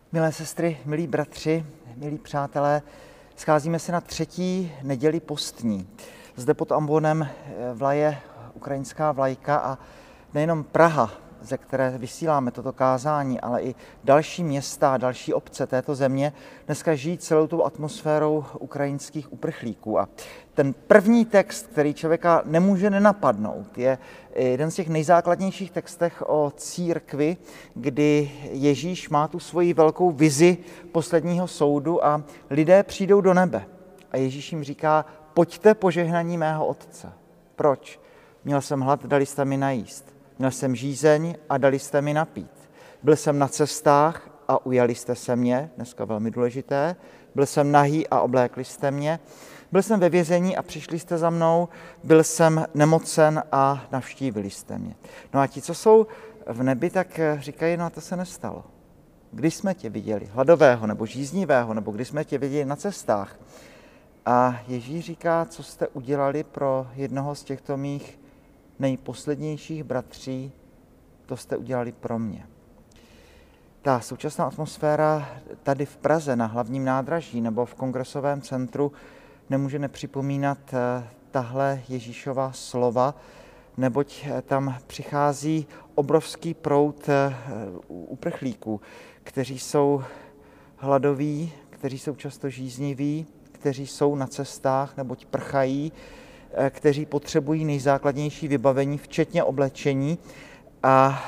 Milé sestry, milí bratři, milí přátelé, scházíme se na 3. neděli postní. Zde pod ambonem vlaje ukrajinská vlajka a nejenom Praha, ze které vysíláme toto kázání, ale i další města a další obce této země dneska žijí celou tou atmosférou ukrajinských uprchlíků. A ten první text, který člověka nemůže nenapadnout, je jeden z těch nejzákladnějších textech o církvi, kdy Ježíš má tu svoji velkou vizi posledního soudu a lidé přijdou do nebe. A Ježíš jim říká, pojďte požehnaní mého Otce. Proč? Měl jsem hlad, dali jste mi najíst. Měl jsem žízeň a dali jste mi napít. Byl jsem na cestách a ujali jste se mě, dneska velmi důležité. Byl jsem nahý a oblékli jste mě. Byl jsem ve vězení a přišli jste za mnou. Byl jsem nemocen a navštívili jste mě. No a ti, co jsou v nebi, tak říkají, no a to se nestalo. Kdy jsme tě viděli? Hladového nebo žíznivého, nebo kdy jsme tě viděli na cestách? A Ježíš říká, co jste udělali pro jednoho z těchto mých nejposlednějších bratří, to jste udělali pro mě. Ta současná atmosféra tady v Praze na hlavním nádraží nebo v kongresovém centru nemůže nepřipomínat tahle Ježíšova slova, neboť tam přichází obrovský proud uprchlíků, kteří jsou hladoví, kteří jsou často žízniví, kteří jsou na cestách neboť prchají, kteří potřebují nejzákladnější vybavení, včetně oblečení. A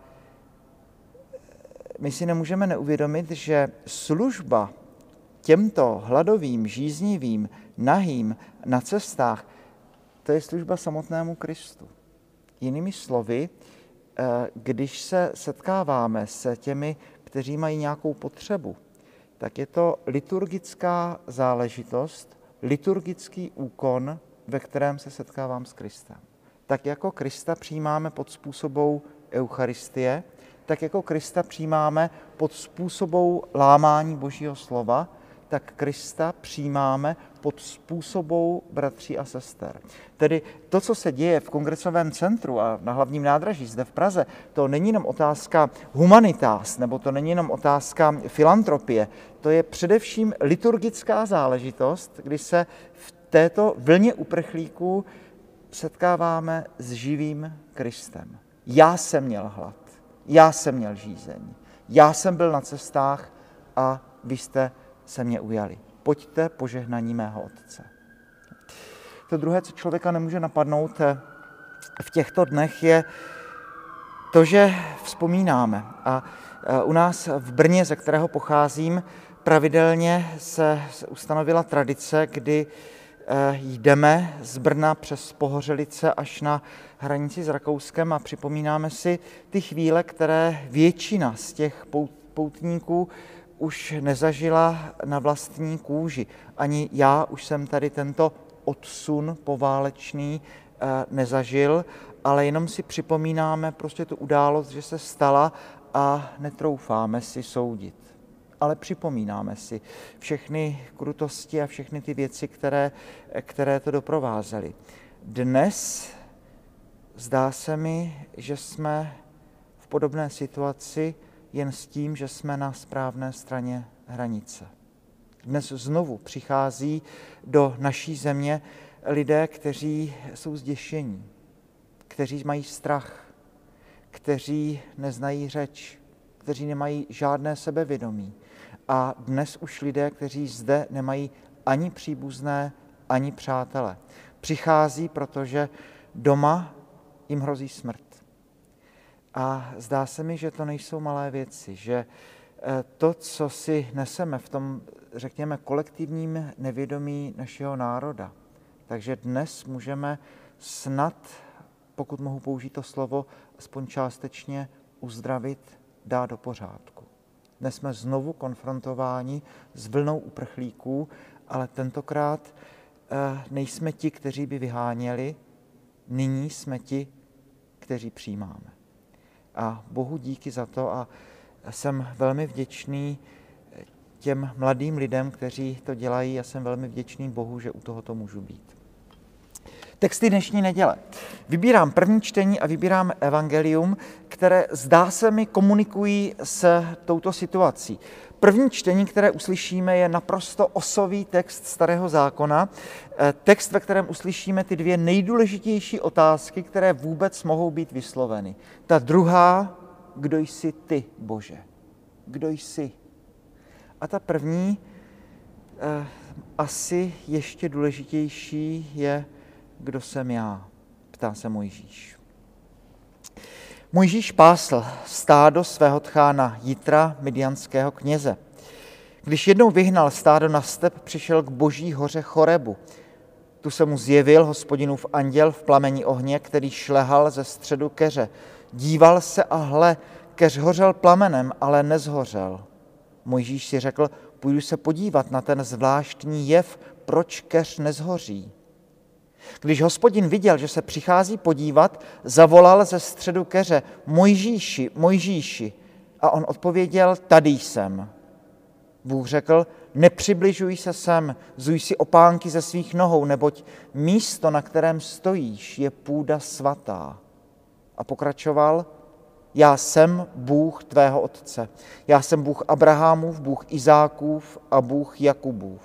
my si nemůžeme neuvědomit, že služba těmto hladovým, žíznivým, nahým na cestách, to je služba samotnému Kristu. Jinými slovy, když se setkáváme se těmi, kteří mají nějakou potřebu, tak je to liturgická záležitost, liturgický úkon, ve kterém se setkávám s Kristem. Tak jako Krista přijímáme pod způsobou Eucharistie, tak jako Krista přijímáme pod způsobou lámání Božího slova, tak Krista přijímáme pod způsobou bratří a sester. Tedy to, co se děje v kongresovém centru a na hlavním nádraží zde v Praze, to není jenom otázka humanitas, nebo to není jenom otázka filantropie, to je především liturgická záležitost, kdy se v této vlně uprchlíků setkáváme s živým Kristem. Já jsem měl hlad, já jsem měl žízeň, já jsem byl na cestách a vy jste se mě ujali. Pojďte požehnaní mého Otce. To druhé, co člověka nemůže napadnout v těchto dnech, je to, že vzpomínáme. A u nás v Brně, ze kterého pocházím, pravidelně se ustanovila tradice, kdy jdeme z Brna přes Pohořelice až na hranici s Rakouskem a připomínáme si ty chvíle, které většina z těch poutníků už nezažila na vlastní kůži. Ani já už jsem tady tento odsun poválečný nezažil, ale jenom si připomínáme prostě tu událost, že se stala a netroufáme si soudit. Ale připomínáme si všechny krutosti a všechny ty věci, které to doprovázely. Dnes zdá se mi, že jsme v podobné situaci, jen s tím, že jsme na správné straně hranice. Dnes znovu přichází do naší země lidé, kteří jsou zděšení, kteří mají strach, kteří neznají řeč, kteří nemají žádné sebevědomí. A dnes už lidé, kteří zde nemají ani příbuzné, ani přátele. Přichází, protože doma jim hrozí smrt. A zdá se mi, že to nejsou malé věci, že to, co si neseme v tom, řekněme, kolektivním nevědomí našeho národa, takže dnes můžeme snad, pokud mohu použít to slovo, aspoň částečně uzdravit, dát do pořádku. Dnes jsme znovu konfrontováni s vlnou uprchlíků, ale tentokrát nejsme ti, kteří by vyháněli, nyní jsme ti, kteří přijímáme. A Bohu díky za to a jsem velmi vděčný těm mladým lidem, kteří to dělají a jsem velmi vděčný Bohu, že u tohoto můžu být. Texty dnešní neděle. Vybírám první čtení a vybírám evangelium, které zdá se mi komunikují s touto situací. První čtení, které uslyšíme, je naprosto osový text Starého zákona, text, ve kterém uslyšíme ty dvě nejdůležitější otázky, které vůbec mohou být vysloveny. Ta druhá, kdo jsi ty, Bože? Kdo jsi? A ta první, asi ještě důležitější, je, kdo jsem já, ptá se Mojžíš. Mojžíš pásl stádo svého tchána Jitra, midjanského kněze. Když jednou vyhnal stádo na step, přišel k boží hoře Chorebu. Tu se mu zjevil Hospodinův anděl v plameni ohně, který šlehal ze středu keře. Díval se a hle, keř hořel plamenem, ale nezhořel. Mojžíš si řekl, půjdu se podívat na ten zvláštní jev, proč keř nezhoří. Když Hospodin viděl, že se přichází podívat, zavolal ze středu keře, Mojžíši, Mojžíši. A on odpověděl, tady jsem. Bůh řekl, nepřibližuj se sem, zuj si opánky ze svých nohou, neboť místo, na kterém stojíš, je půda svatá. A pokračoval, já jsem Bůh tvého otce. Já jsem Bůh Abrahamův, Bůh Izákův a Bůh Jakubův.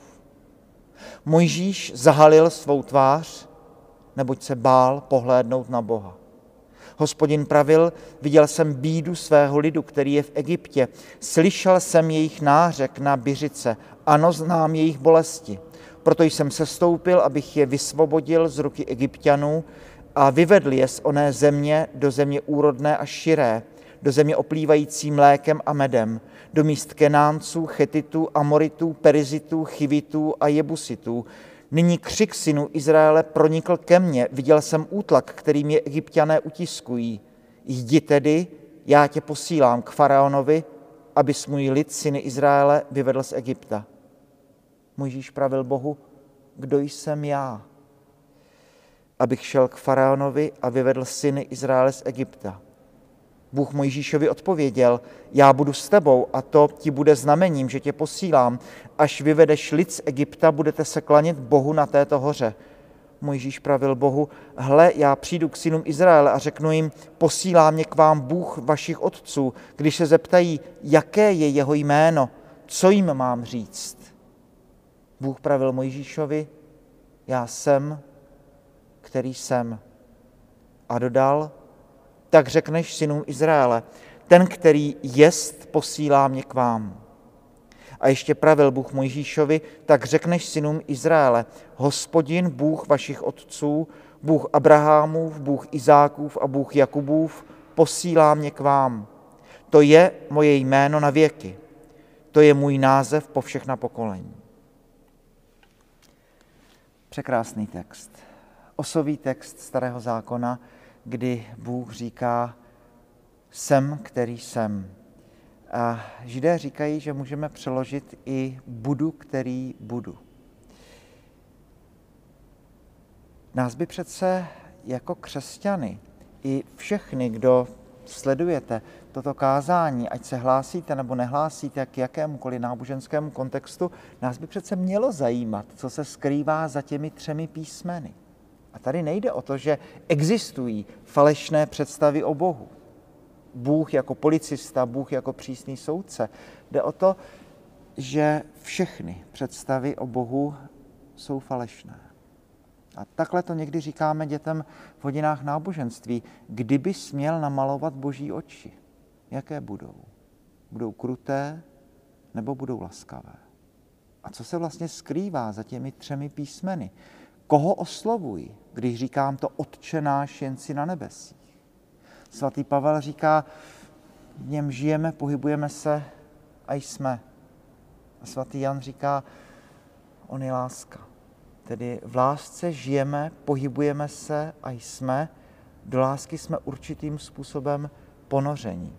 Mojžíš zahalil svou tvář, neboť se bál pohlédnout na Boha. Hospodin pravil, viděl jsem bídu svého lidu, který je v Egyptě. Slyšel jsem jejich nářek na Biřice. Ano, znám jejich bolesti. Proto jsem sestoupil, abych je vysvobodil z ruky Egypťanů a vyvedl je z oné země do země úrodné a širé, do země oplývající mlékem a medem, do míst Kenánců, Chetitů, Amoritů, Perizitů, Chivitů a Jebusitů. Nyní křik synů Izraele pronikl ke mně, viděl jsem útlak, kterým je Egypťané utiskují. Jdi tedy, já tě posílám k faraonovi, abys můj lid, syny Izraele, vyvedl z Egypta. Mojžíš pravil Bohu, kdo jsem já, abych šel k faraonovi a vyvedl syny Izraele z Egypta. Bůh Mojžíšovi odpověděl, já budu s tebou a to ti bude znamením, že tě posílám. Až vyvedeš lid z Egypta, budete se klanit Bohu na této hoře. Mojžíš pravil Bohu, hle, já přijdu k synům Izraele a řeknu jim, posílá mě k vám Bůh vašich otců. Když se zeptají, jaké je jeho jméno, co jim mám říct? Bůh pravil Mojžíšovi, já jsem, který jsem. A dodal, tak řekneš synům Izraele, ten, který jest, posílá mě k vám. A ještě pravil Bůh Mojžíšovi, tak řekneš synům Izraele, Hospodin, Bůh vašich otců, Bůh Abrahamův, Bůh Izákův a Bůh Jakubův, posílá mě k vám. To je moje jméno na věky. To je můj název po všechna pokolení. Překrásný text. Osový text Starého zákona, kdy Bůh říká, jsem, který jsem. A Židé říkají, že můžeme přeložit i budu, který budu. Nás by přece jako křesťany i všechny, kdo sledujete toto kázání, ať se hlásíte nebo nehlásíte k jakémukoliv náboženskému kontextu, nás by přece mělo zajímat, co se skrývá za těmi 3 písmeny. A tady nejde o to, že existují falešné představy o Bohu. Bůh jako policista, Bůh jako přísný soudce. Jde o to, že všechny představy o Bohu jsou falešné. A takhle to někdy říkáme dětem v hodinách náboženství. Kdyby směl namalovat Boží oči, jaké budou? Budou kruté nebo budou laskavé? A co se vlastně skrývá za těmi 3 písmeny? Koho oslovuji, když říkám to Otče náš jen si na nebesích? Svatý Pavel říká, v něm žijeme, pohybujeme se a jsme. A svatý Jan říká, on je láska. Tedy v lásce žijeme, pohybujeme se a jsme, do lásky jsme určitým způsobem ponoření.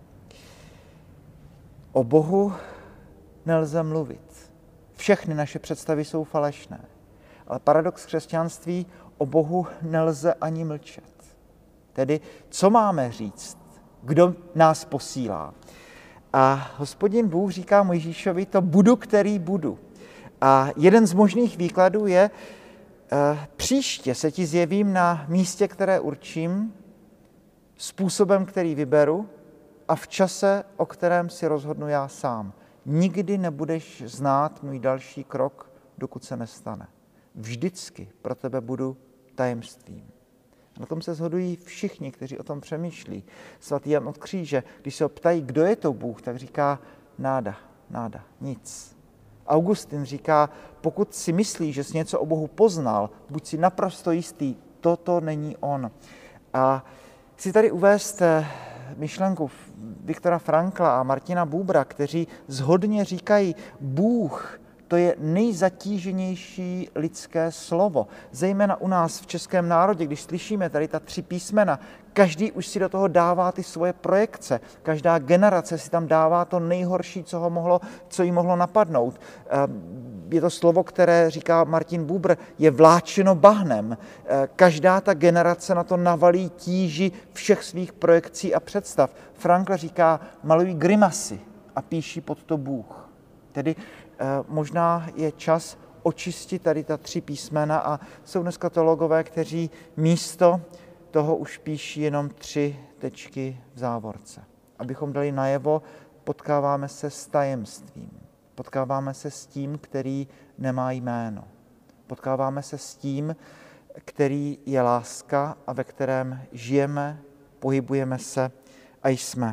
O Bohu nelze mluvit. Všechny naše představy jsou falešné. Ale paradox křesťanství, o Bohu nelze ani mlčet. Tedy, co máme říct? Kdo nás posílá? A Hospodin Bůh říká Mojžíšovi, to budu, který budu. A jeden z možných výkladů je, Příště se ti zjevím na místě, které určím, způsobem, který vyberu a v čase, o kterém si rozhodnu já sám. Nikdy nebudeš znát můj další krok, dokud se nestane. Vždycky pro tebe budu tajemstvím. Na tom se shodují všichni, kteří o tom přemýšlí. Svatý Jan od Kříže, když se ho ptají, kdo je to Bůh, tak říká náda, nic. Augustin říká, pokud si myslíš, že jsi něco o Bohu poznal, buď si naprosto jistý, toto není on. A chci tady uvést myšlenku Viktora Frankla a Martina Bubra, kteří shodně říkají, Bůh, to je nejzatíženější lidské slovo. Zejména u nás v českém národě, když slyšíme tady ta 3 písmena, každý už si do toho dává ty svoje projekce. Každá generace si tam dává to nejhorší, co jí mohlo napadnout. Je to slovo, které, říká Martin Buber, je vláčeno bahnem. Každá ta generace na to navalí tíži všech svých projekcí a představ. Frankl říká, malují grimasy a píší pod to Bůh. Tedy možná je čas očistit tady ta 3 písmena a jsou dneska teologové, kteří místo toho už píší jenom 3 tečky v závorce. Abychom dali najevo, potkáváme se s tajemstvím. Potkáváme se s tím, který nemá jméno. Potkáváme se s tím, který je láska a ve kterém žijeme, pohybujeme se a jsme.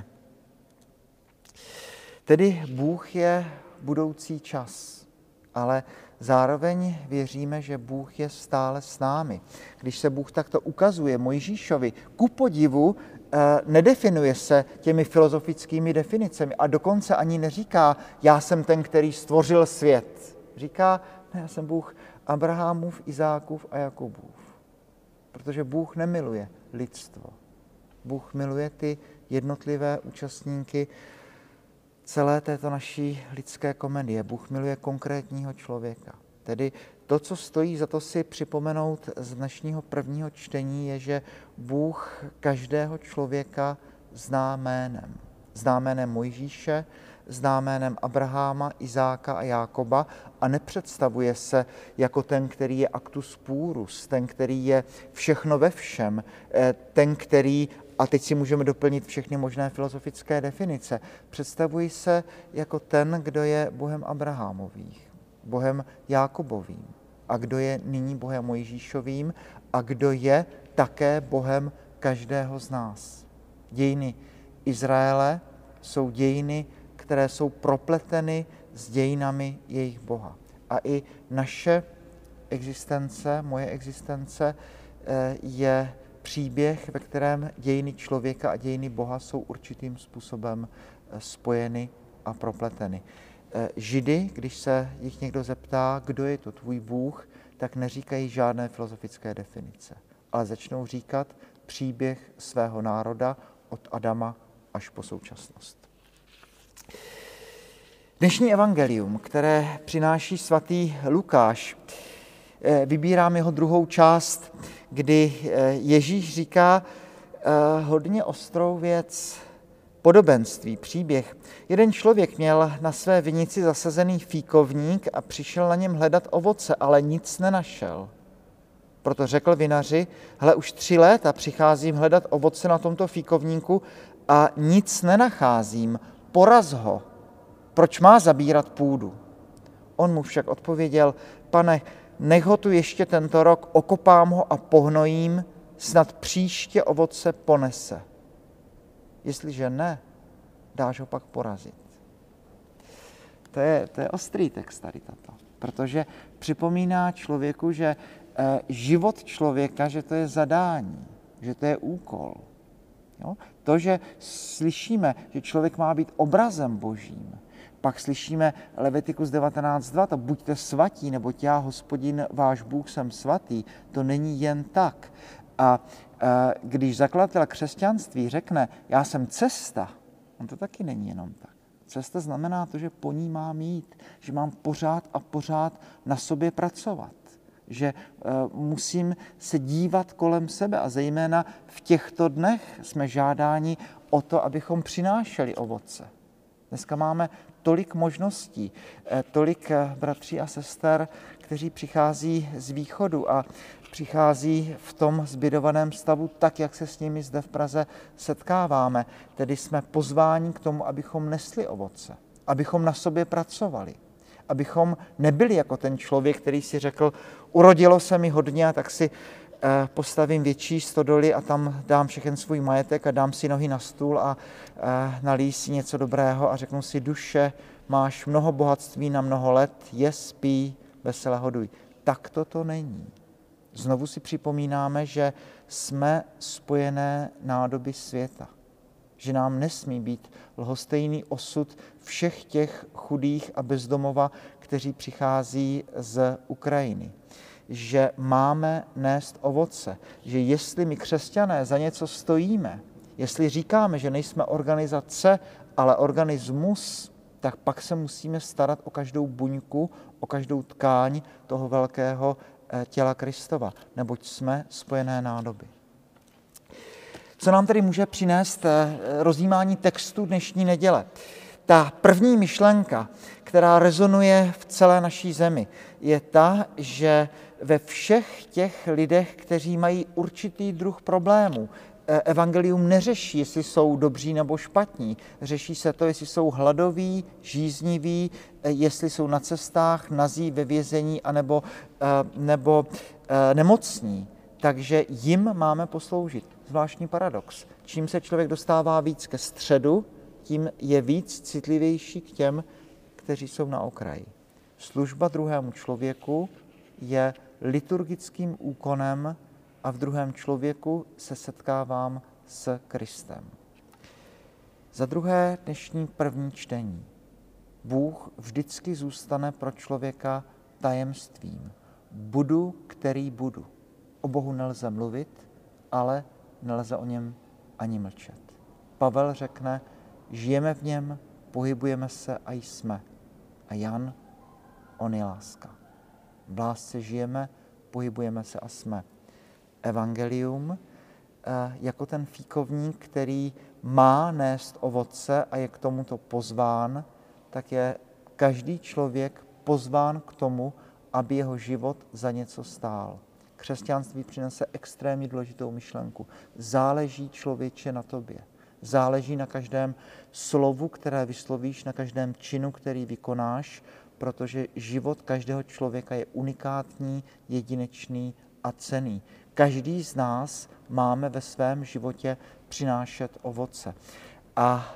Tedy Bůh je budoucí čas, ale zároveň věříme, že Bůh je stále s námi. Když se Bůh takto ukazuje Mojžíšovi, ku podivu nedefinuje se těmi filozofickými definicemi a dokonce ani neříká, já jsem ten, který stvořil svět. Říká, ne, já jsem Bůh Abrahamův, Izákův a Jakubův. Protože Bůh nemiluje lidstvo. Bůh miluje ty jednotlivé účastníky celé této naší lidské komedie. Bůh miluje konkrétního člověka. Tedy to, co stojí za to si připomenout z dnešního prvního čtení, je, že Bůh každého člověka zná jménem. Zná jménem Mojžíše, zná jménem Abraháma, Izáka a Jákoba a nepředstavuje se jako ten, který je actus purus, ten, který je všechno ve všem, ten, který, a teď si můžeme doplnit všechny možné filozofické definice, představují se jako ten, kdo je Bohem Abrahamových, Bohem Jákobovým a kdo je nyní Bohem Mojžíšovým a kdo je také Bohem každého z nás. Dějiny Izraele jsou dějiny, které jsou propleteny s dějinami jejich Boha. A i naše existence, moje existence je příběh, ve kterém dějiny člověka a dějiny Boha jsou určitým způsobem spojeny a propleteny. Židy, když se jich někdo zeptá, kdo je to tvůj Bůh, tak neříkají žádné filozofické definice, ale začnou říkat příběh svého národa od Adama až po současnost. Dnešní evangelium, které přináší svatý Lukáš, vybírám jeho druhou část, kdy Ježíš říká hodně ostrou věc, podobenství, příběh. Jeden člověk měl na své vinici zasazený fíkovník a přišel na něm hledat ovoce, ale nic nenašel. Proto řekl vinaři, hele, už 3 léta přicházím hledat ovoce na tomto fíkovníku a nic nenacházím, poraz ho. Proč má zabírat půdu? On mu však odpověděl, pane, nech ho tu ještě tento rok, okopám ho a pohnojím, snad příště ovoce ponese. Jestliže ne, dáš ho pak porazit. To je ostrý text tady tato, protože připomíná člověku, že život člověka, že to je zadání, že to je úkol. Jo? To, že slyšíme, že člověk má být obrazem Božím, pak slyšíme Levitikus 19.2, to buďte svatí, neboť já, Hospodin, váš Bůh, jsem svatý, to není jen tak. A když zakladatel křesťanství řekne, já jsem cesta, on to taky není jenom tak. Cesta znamená to, že po ní mám jít, že mám pořád a pořád na sobě pracovat, že musím se dívat kolem sebe a zejména v těchto dnech jsme žádáni o to, abychom přinášeli ovoce. Dneska máme tolik možností, tolik bratří a sester, kteří přichází z východu a přichází v tom zbydovaném stavu tak, jak se s nimi zde v Praze setkáváme. Tedy jsme pozváni k tomu, abychom nesli ovoce, abychom na sobě pracovali, abychom nebyli jako ten člověk, který si řekl, urodilo se mi hodně, tak si postavím větší stodoly a tam dám všechen svůj majetek a dám si nohy na stůl a nalij si něco dobrého a řeknu si, duše, máš mnoho bohatství na mnoho let, jes, pij, vesele hoduj. Tak to není. Znovu si připomínáme, že jsme spojené nádoby světa. Že nám nesmí být lhostejný osud všech těch chudých a bezdomova, kteří přichází z Ukrajiny. Že máme nést ovoce, že jestli my křesťané za něco stojíme, jestli říkáme, že nejsme organizace, ale organismus, tak pak se musíme starat o každou buňku, o každou tkáň toho velkého těla Kristova, neboť jsme spojené nádoby. Co nám tedy může přinést rozjímání textu dnešní neděle? Ta první myšlenka, která rezonuje v celé naší zemi, je ta, že ve všech těch lidech, kteří mají určitý druh problémů, evangelium neřeší, jestli jsou dobří nebo špatní. Řeší se to, jestli jsou hladoví, žízniví, jestli jsou na cestách, nazí, ve vězení anebo, nebo nemocní. Takže jim máme posloužit. Zvláštní paradox. Čím se člověk dostává víc ke středu, tím je víc citlivější k těm, kteří jsou na okraji. Služba druhému člověku je liturgickým úkonem a v druhém člověku se setkávám s Kristem. Za druhé dnešní první čtení. Bůh vždycky zůstane pro člověka tajemstvím. Budu, který budu. O Bohu nelze mluvit, ale nelze o něm ani mlčet. Pavel řekne, žijeme v něm, pohybujeme se a jsme. A Jan, on je láska. V lásce žijeme, pohybujeme se a jsme. Evangelium jako ten fíkovník, který má nést ovoce a je k tomuto pozván, tak je každý člověk pozván k tomu, aby jeho život za něco stál. Křesťanství přinese extrémně důležitou myšlenku. Záleží člověče na tobě. Záleží na každém slovu, které vyslovíš, na každém činu, který vykonáš, protože život každého člověka je unikátní, jedinečný a cenný. Každý z nás máme ve svém životě přinášet ovoce. A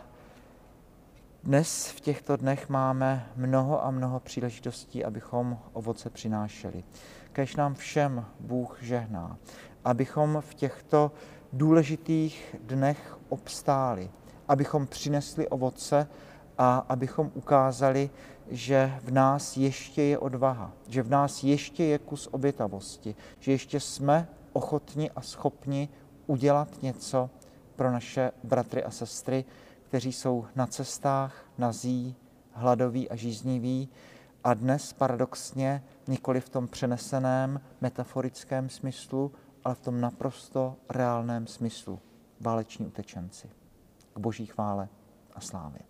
dnes v těchto dnech máme mnoho a mnoho příležitostí, abychom ovoce přinášeli. Kéž nám všem Bůh žehná, abychom v těchto důležitých dnech obstáli, abychom přinesli ovoce a abychom ukázali, že v nás ještě je odvaha, že v nás ještě je kus obětavosti, že ještě jsme ochotni a schopni udělat něco pro naše bratry a sestry, kteří jsou na cestách, nazí, hladoví a žízniví a dnes paradoxně nikoli v tom přeneseném metaforickém smyslu, ale v tom naprosto reálném smyslu váleční utečenci. K Boží chvále a slávě.